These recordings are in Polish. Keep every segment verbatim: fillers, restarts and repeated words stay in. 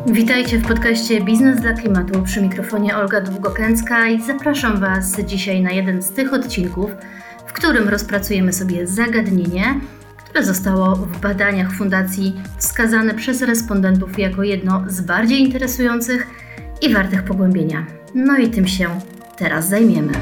Witajcie w podcaście Biznes dla Klimatu, przy mikrofonie Olga Długokęcka i zapraszam Was dzisiaj na jeden z tych odcinków, w którym rozpracujemy sobie zagadnienie, które zostało w badaniach fundacji wskazane przez respondentów jako jedno z bardziej interesujących i wartych pogłębienia. No i tym się teraz zajmiemy.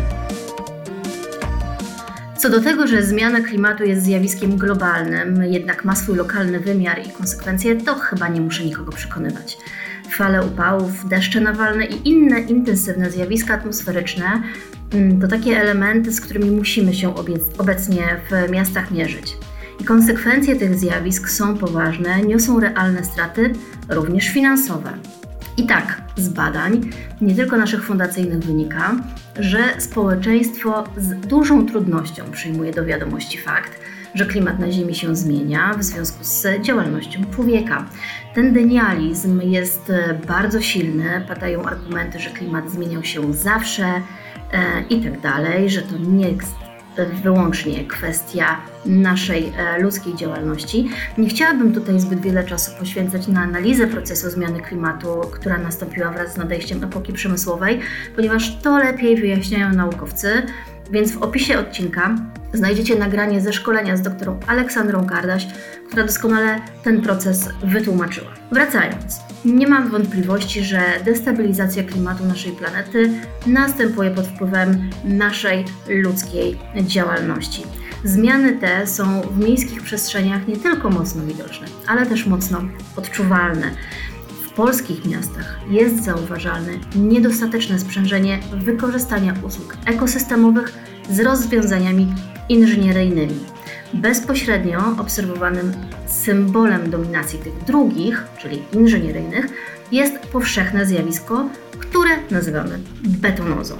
Co do tego, że zmiana klimatu jest zjawiskiem globalnym, jednak ma swój lokalny wymiar i konsekwencje, to chyba nie muszę nikogo przekonywać. Fale upałów, deszcze nawalne i inne intensywne zjawiska atmosferyczne to takie elementy, z którymi musimy się obecnie w miastach mierzyć. I konsekwencje tych zjawisk są poważne, niosą realne straty, również finansowe. I tak, z badań, nie tylko naszych fundacyjnych, wynika, że społeczeństwo z dużą trudnością przyjmuje do wiadomości fakt, że klimat na Ziemi się zmienia w związku z działalnością człowieka. Ten denializm jest bardzo silny, padają argumenty, że klimat zmieniał się zawsze e, i tak dalej, że to nie jest wyłącznie kwestia naszej e, ludzkiej działalności. Nie chciałabym tutaj zbyt wiele czasu poświęcać na analizę procesu zmiany klimatu, która nastąpiła wraz z nadejściem epoki przemysłowej, ponieważ to lepiej wyjaśniają naukowcy, więc w opisie odcinka znajdziecie nagranie ze szkolenia z doktorą Aleksandrą Kardaś, która doskonale ten proces wytłumaczyła. Wracając, nie mam wątpliwości, że destabilizacja klimatu naszej planety następuje pod wpływem naszej ludzkiej działalności. Zmiany te są w miejskich przestrzeniach nie tylko mocno widoczne, ale też mocno odczuwalne. W polskich miastach jest zauważalne niedostateczne sprzężenie wykorzystania usług ekosystemowych z rozwiązaniami inżynieryjnymi. Bezpośrednio obserwowanym symbolem dominacji tych drugich, czyli inżynieryjnych, jest powszechne zjawisko, które nazywamy betonozą.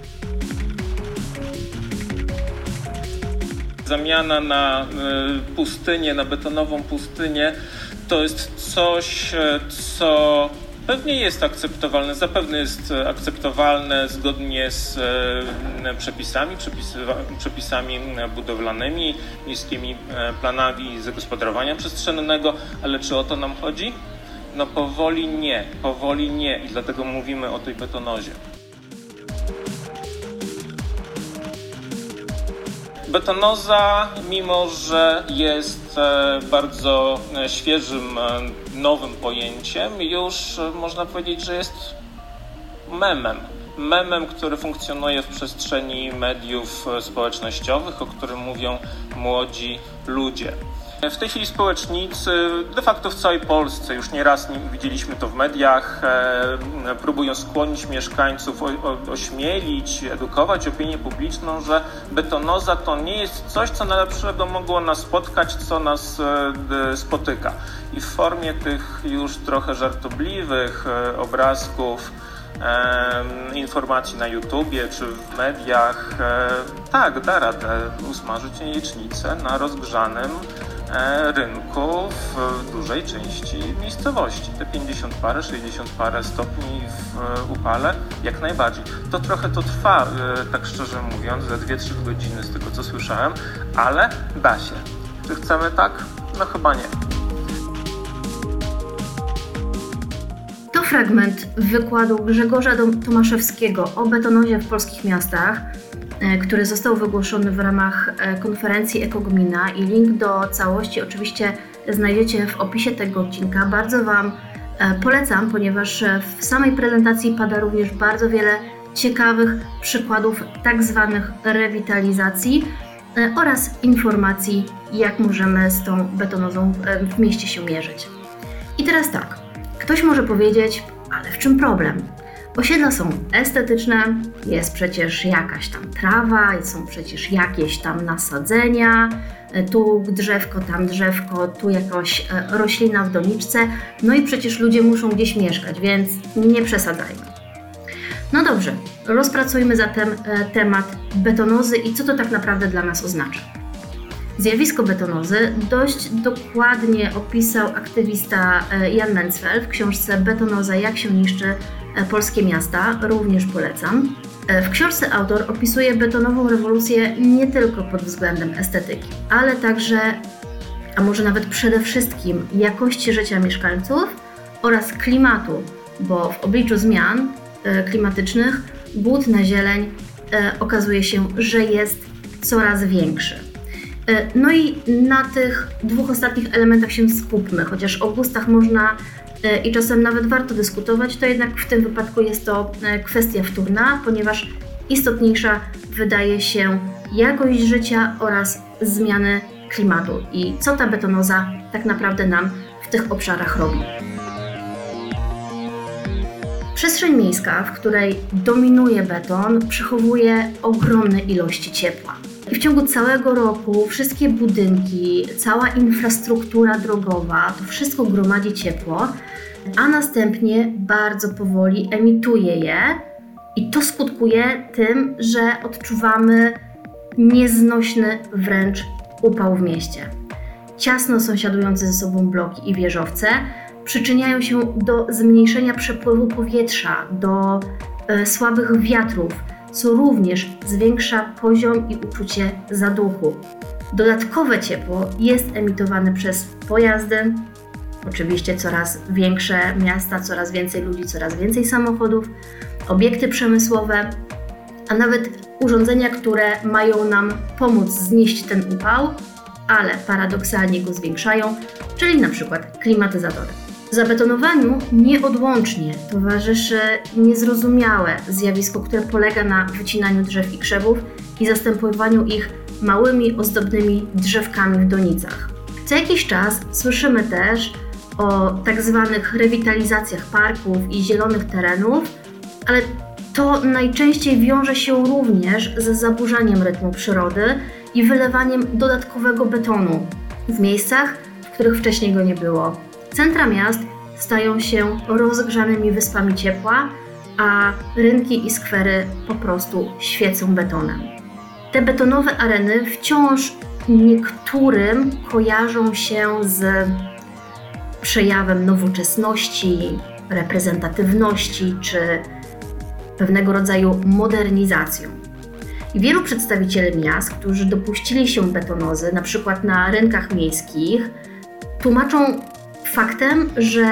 Zamiana na pustynię, na betonową pustynię to jest coś, co pewnie jest akceptowalne, zapewne jest akceptowalne zgodnie z przepisami, przepisami budowlanymi, miejskimi planami zagospodarowania przestrzennego, ale czy o to nam chodzi? No powoli nie, powoli nie i dlatego mówimy o tej betonozie. Betonoza, mimo że jest bardzo świeżym, nowym pojęciem, już można powiedzieć, że jest memem. Memem, który funkcjonuje w przestrzeni mediów społecznościowych, o którym mówią młodzi ludzie. W tej chwili społecznicy, de facto w całej Polsce, już nieraz widzieliśmy to w mediach, e, próbują skłonić mieszkańców, o, o, ośmielić, edukować opinię publiczną, że betonoza to nie jest coś, co najlepszego mogło nas spotkać, co nas e, spotyka. I w formie tych już trochę żartobliwych e, obrazków, e, informacji na YouTubie czy w mediach, e, tak, da radę usmażyć jajecznicę na rozgrzanym rynku w dużej części miejscowości. Te pięćdziesiąt parę, sześćdziesiąt parę stopni w upale, jak najbardziej. To trochę to trwa, tak szczerze mówiąc, za dwie trzy godziny z tego co słyszałem, ale da się. Czy chcemy tak? No chyba nie. To fragment wykładu Grzegorza Tomaszewskiego o betonozie w polskich miastach, który został wygłoszony w ramach konferencji Ekogmina i link do całości oczywiście znajdziecie w opisie tego odcinka. Bardzo Wam polecam, ponieważ w samej prezentacji pada również bardzo wiele ciekawych przykładów tak zwanych rewitalizacji oraz informacji, jak możemy z tą betonozą w mieście się mierzyć. I teraz tak, ktoś może powiedzieć, ale w czym problem? Osiedla są estetyczne, jest przecież jakaś tam trawa, są przecież jakieś tam nasadzenia, tu drzewko, tam drzewko, tu jakaś roślina w doniczce, no i przecież ludzie muszą gdzieś mieszkać, więc nie przesadzajmy. No dobrze, rozpracujmy zatem temat betonozy i co to tak naprawdę dla nas oznacza. Zjawisko betonozy dość dokładnie opisał aktywista Jan Mencfel w książce Betonoza, jak się niszczy polskie miasta, również polecam. W książce autor opisuje betonową rewolucję nie tylko pod względem estetyki, ale także, a może nawet przede wszystkim jakości życia mieszkańców oraz klimatu, bo w obliczu zmian klimatycznych głód na zieleń okazuje się, że jest coraz większy. No i na tych dwóch ostatnich elementach się skupmy, chociaż o gustach można i czasem nawet warto dyskutować, to jednak w tym wypadku jest to kwestia wtórna, ponieważ istotniejsza wydaje się jakość życia oraz zmiany klimatu i co ta betonoza tak naprawdę nam w tych obszarach robi. Przestrzeń miejska, w której dominuje beton, przechowuje ogromne ilości ciepła. I w ciągu całego roku wszystkie budynki, cała infrastruktura drogowa, to wszystko gromadzi ciepło, a następnie bardzo powoli emituje je i to skutkuje tym, że odczuwamy nieznośny wręcz upał w mieście. Ciasno sąsiadujące ze sobą bloki i wieżowce przyczyniają się do zmniejszenia przepływu powietrza, do e, słabych wiatrów, co również zwiększa poziom i uczucie zaduchu. Dodatkowe ciepło jest emitowane przez pojazdy, oczywiście coraz większe miasta, coraz więcej ludzi, coraz więcej samochodów, obiekty przemysłowe, a nawet urządzenia, które mają nam pomóc znieść ten upał, ale paradoksalnie go zwiększają, czyli na przykład klimatyzatory. Zabetonowaniu nieodłącznie towarzyszy niezrozumiałe zjawisko, które polega na wycinaniu drzew i krzewów i zastępowaniu ich małymi, ozdobnymi drzewkami w donicach. Co jakiś czas słyszymy też o tak zwanych rewitalizacjach parków i zielonych terenów, ale to najczęściej wiąże się również ze zaburzaniem rytmu przyrody i wylewaniem dodatkowego betonu w miejscach, w których wcześniej go nie było. Centra miast stają się rozgrzanymi wyspami ciepła, a rynki i skwery po prostu świecą betonem. Te betonowe areny wciąż niektórym kojarzą się z przejawem nowoczesności, reprezentatywności czy pewnego rodzaju modernizacją. I wielu przedstawicieli miast, którzy dopuścili się betonozy, na przykład na rynkach miejskich, tłumaczą faktem, że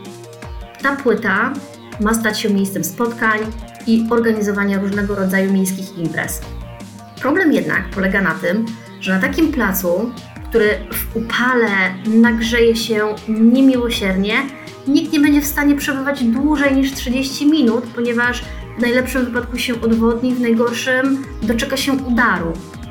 ta płyta ma stać się miejscem spotkań i organizowania różnego rodzaju miejskich imprez. Problem jednak polega na tym, że na takim placu, który w upale nagrzeje się niemiłosiernie, nikt nie będzie w stanie przebywać dłużej niż trzydzieści minut, ponieważ w najlepszym wypadku się odwodni, w najgorszym doczeka się udaru.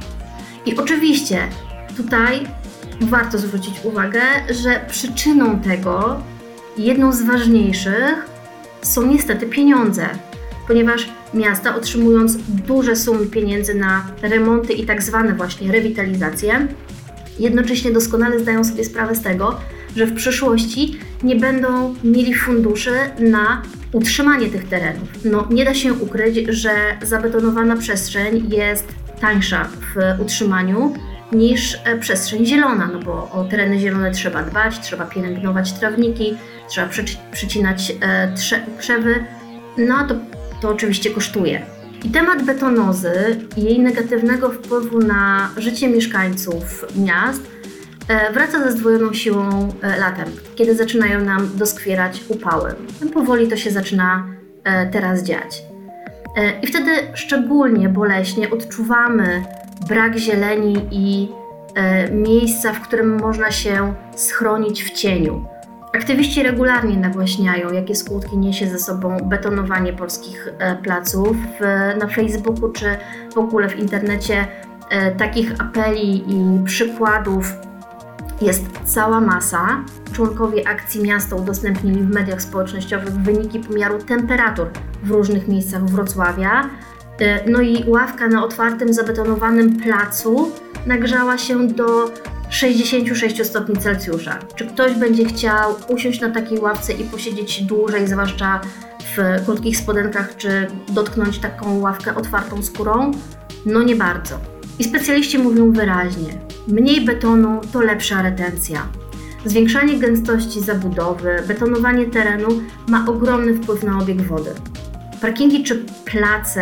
I oczywiście tutaj warto zwrócić uwagę, że przyczyną tego, jedną z ważniejszych, są niestety pieniądze, ponieważ miasta, otrzymując duże sumy pieniędzy na remonty i tak zwane właśnie rewitalizacje, jednocześnie doskonale zdają sobie sprawę z tego, że w przyszłości nie będą mieli funduszy na utrzymanie tych terenów. No, nie da się ukryć, że zabetonowana przestrzeń jest tańsza w utrzymaniu niż przestrzeń zielona, no bo o tereny zielone trzeba dbać, trzeba pielęgnować trawniki, trzeba przyci- przycinać e, trze- krzewy, no a to, to oczywiście kosztuje. I temat betonozy i jej negatywnego wpływu na życie mieszkańców miast e, wraca ze zdwojoną siłą e, latem, kiedy zaczynają nam doskwierać upały. No, powoli to się zaczyna e, teraz dziać. E, I wtedy szczególnie boleśnie odczuwamy brak zieleni i e, miejsca, w którym można się schronić w cieniu. Aktywiści regularnie nagłaśniają, jakie skutki niesie ze sobą betonowanie polskich e, placów. E, na Facebooku czy w ogóle w internecie e, takich apeli i przykładów jest cała masa. Członkowie akcji miasta udostępnili w mediach społecznościowych wyniki pomiaru temperatur w różnych miejscach Wrocławia. No i ławka na otwartym, zabetonowanym placu nagrzała się do sześćdziesiąt sześć stopni Celsjusza. Czy ktoś będzie chciał usiąść na takiej ławce i posiedzieć dłużej, zwłaszcza w krótkich spodenkach, czy dotknąć taką ławkę otwartą skórą? No nie bardzo. I specjaliści mówią wyraźnie, mniej betonu to lepsza retencja. Zwiększanie gęstości zabudowy, betonowanie terenu ma ogromny wpływ na obieg wody. Parkingi czy place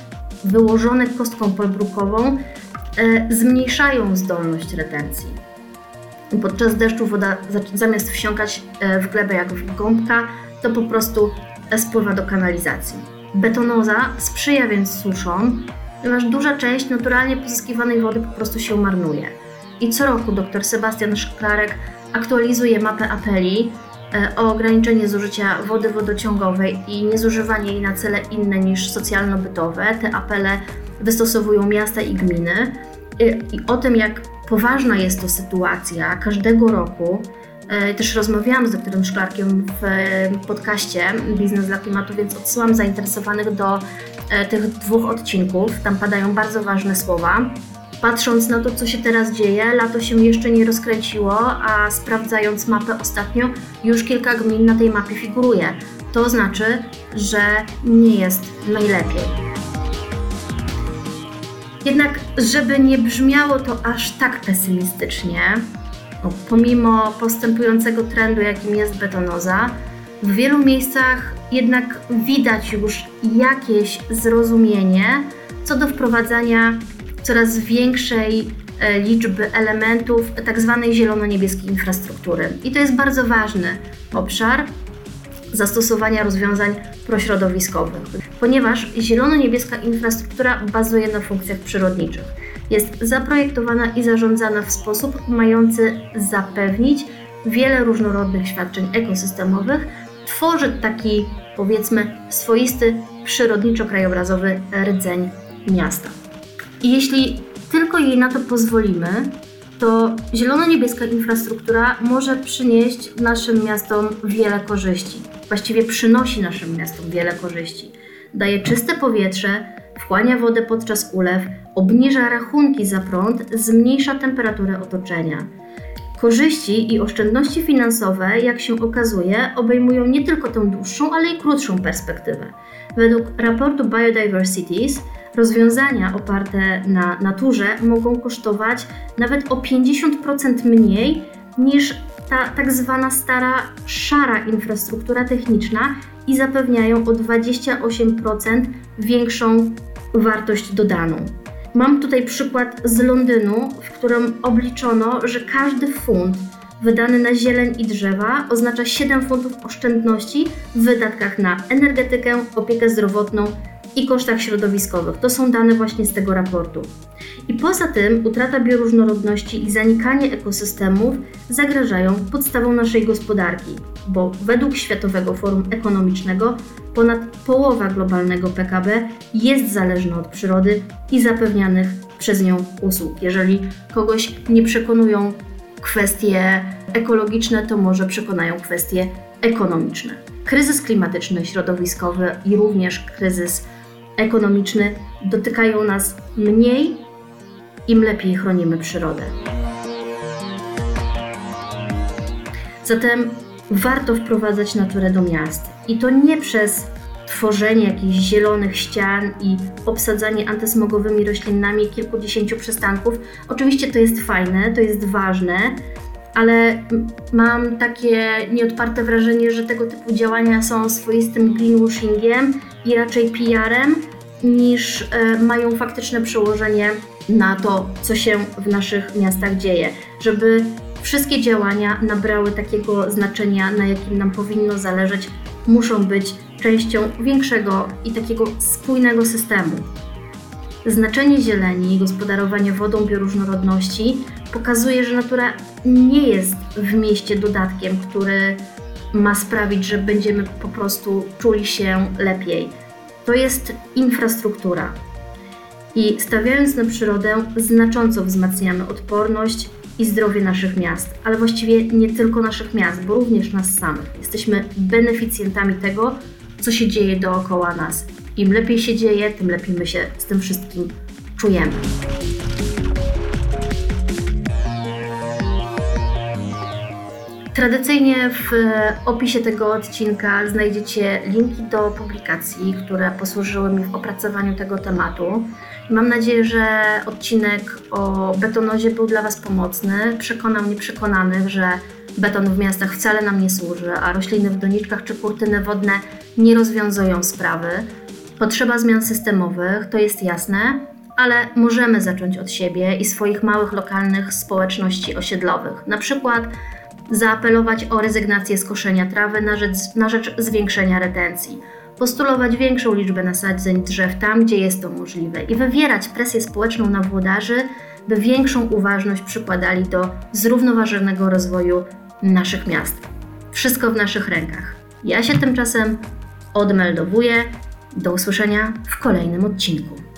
wyłożone kostką polbrukową e, zmniejszają zdolność retencji. Podczas deszczu woda zamiast wsiąkać w glebę jak w gąbka, to po prostu spływa do kanalizacji. Betonoza sprzyja więc suszom, ponieważ duża część naturalnie pozyskiwanej wody po prostu się marnuje. I co roku dr Sebastian Szklarek aktualizuje mapę apeli o ograniczenie zużycia wody wodociągowej i niezużywanie jej na cele inne niż socjalno-bytowe. Te apele wystosowują miasta i gminy. I o tym, jak poważna jest to sytuacja każdego roku, też rozmawiałam z doktorem Szklarkiem w podcaście Biznes dla Klimatu, więc odsyłam zainteresowanych do tych dwóch odcinków. Tam padają bardzo ważne słowa. Patrząc na to, co się teraz dzieje, lato się jeszcze nie rozkręciło, a sprawdzając mapę ostatnio, już kilka gmin na tej mapie figuruje. To znaczy, że nie jest najlepiej. Jednak, żeby nie brzmiało to aż tak pesymistycznie, no, pomimo postępującego trendu, jakim jest betonoza, w wielu miejscach jednak widać już jakieś zrozumienie co do wprowadzania coraz większej liczby elementów tzw. zielono-niebieskiej infrastruktury. I to jest bardzo ważny obszar zastosowania rozwiązań prośrodowiskowych, ponieważ zielono-niebieska infrastruktura bazuje na funkcjach przyrodniczych. Jest zaprojektowana i zarządzana w sposób mający zapewnić wiele różnorodnych świadczeń ekosystemowych, tworzy taki, powiedzmy, swoisty, przyrodniczo-krajobrazowy rdzeń miasta. I jeśli tylko jej na to pozwolimy, to zielono-niebieska infrastruktura może przynieść naszym miastom wiele korzyści. Właściwie przynosi naszym miastom wiele korzyści. Daje czyste powietrze, wchłania wodę podczas ulew, obniża rachunki za prąd, zmniejsza temperaturę otoczenia. Korzyści i oszczędności finansowe, jak się okazuje, obejmują nie tylko tę dłuższą, ale i krótszą perspektywę. Według raportu Biodiversities rozwiązania oparte na naturze mogą kosztować nawet o pięćdziesiąt procent mniej niż ta tak zwana stara, szara infrastruktura techniczna i zapewniają o dwadzieścia osiem procent większą wartość dodaną. Mam tutaj przykład z Londynu, w którym obliczono, że każdy funt wydany na zieleń i drzewa oznacza siedem funtów oszczędności w wydatkach na energetykę, opiekę zdrowotną i kosztach środowiskowych. To są dane właśnie z tego raportu. I poza tym utrata bioróżnorodności i zanikanie ekosystemów zagrażają podstawą naszej gospodarki, bo według Światowego Forum Ekonomicznego ponad połowa globalnego P K B jest zależna od przyrody i zapewnianych przez nią usług. Jeżeli kogoś nie przekonują kwestie ekologiczne, to może przekonają kwestie ekonomiczne. Kryzys klimatyczny, środowiskowy i również kryzys ekonomiczny dotykają nas mniej, im lepiej chronimy przyrodę. Zatem warto wprowadzać naturę do miast i to nie przez tworzenie jakichś zielonych ścian i obsadzanie antysmogowymi roślinami kilkudziesięciu przystanków. Oczywiście to jest fajne, to jest ważne, ale mam takie nieodparte wrażenie, że tego typu działania są swoistym greenwashingiem i raczej P R-em, niż e, mają faktyczne przełożenie na to, co się w naszych miastach dzieje. Żeby wszystkie działania nabrały takiego znaczenia, na jakim nam powinno zależeć, muszą być częścią większego i takiego spójnego systemu. Znaczenie zieleni i gospodarowanie wodą, bioróżnorodności pokazuje, że natura nie jest w mieście dodatkiem, który ma sprawić, że będziemy po prostu czuli się lepiej. To jest infrastruktura. I stawiając na przyrodę, znacząco wzmacniamy odporność i zdrowie naszych miast, ale właściwie nie tylko naszych miast, bo również nas samych. Jesteśmy beneficjentami tego, co się dzieje dookoła nas. Im lepiej się dzieje, tym lepiej my się z tym wszystkim czujemy. Tradycyjnie w opisie tego odcinka znajdziecie linki do publikacji, które posłużyły mi w opracowaniu tego tematu. Mam nadzieję, że odcinek o betonozie był dla Was pomocny. Przekonał nieprzekonanych, że beton w miastach wcale nam nie służy, a rośliny w doniczkach czy kurtyny wodne nie rozwiązują sprawy. Potrzeba zmian systemowych, to jest jasne, ale możemy zacząć od siebie i swoich małych, lokalnych społeczności osiedlowych. Na przykład zaapelować o rezygnację z koszenia trawy na rzecz, na rzecz zwiększenia retencji, postulować większą liczbę nasadzeń drzew tam, gdzie jest to możliwe i wywierać presję społeczną na włodarzy, by większą uważność przykładali do zrównoważonego rozwoju naszych miast. Wszystko w naszych rękach. Ja się tymczasem odmeldowuję. Do usłyszenia w kolejnym odcinku.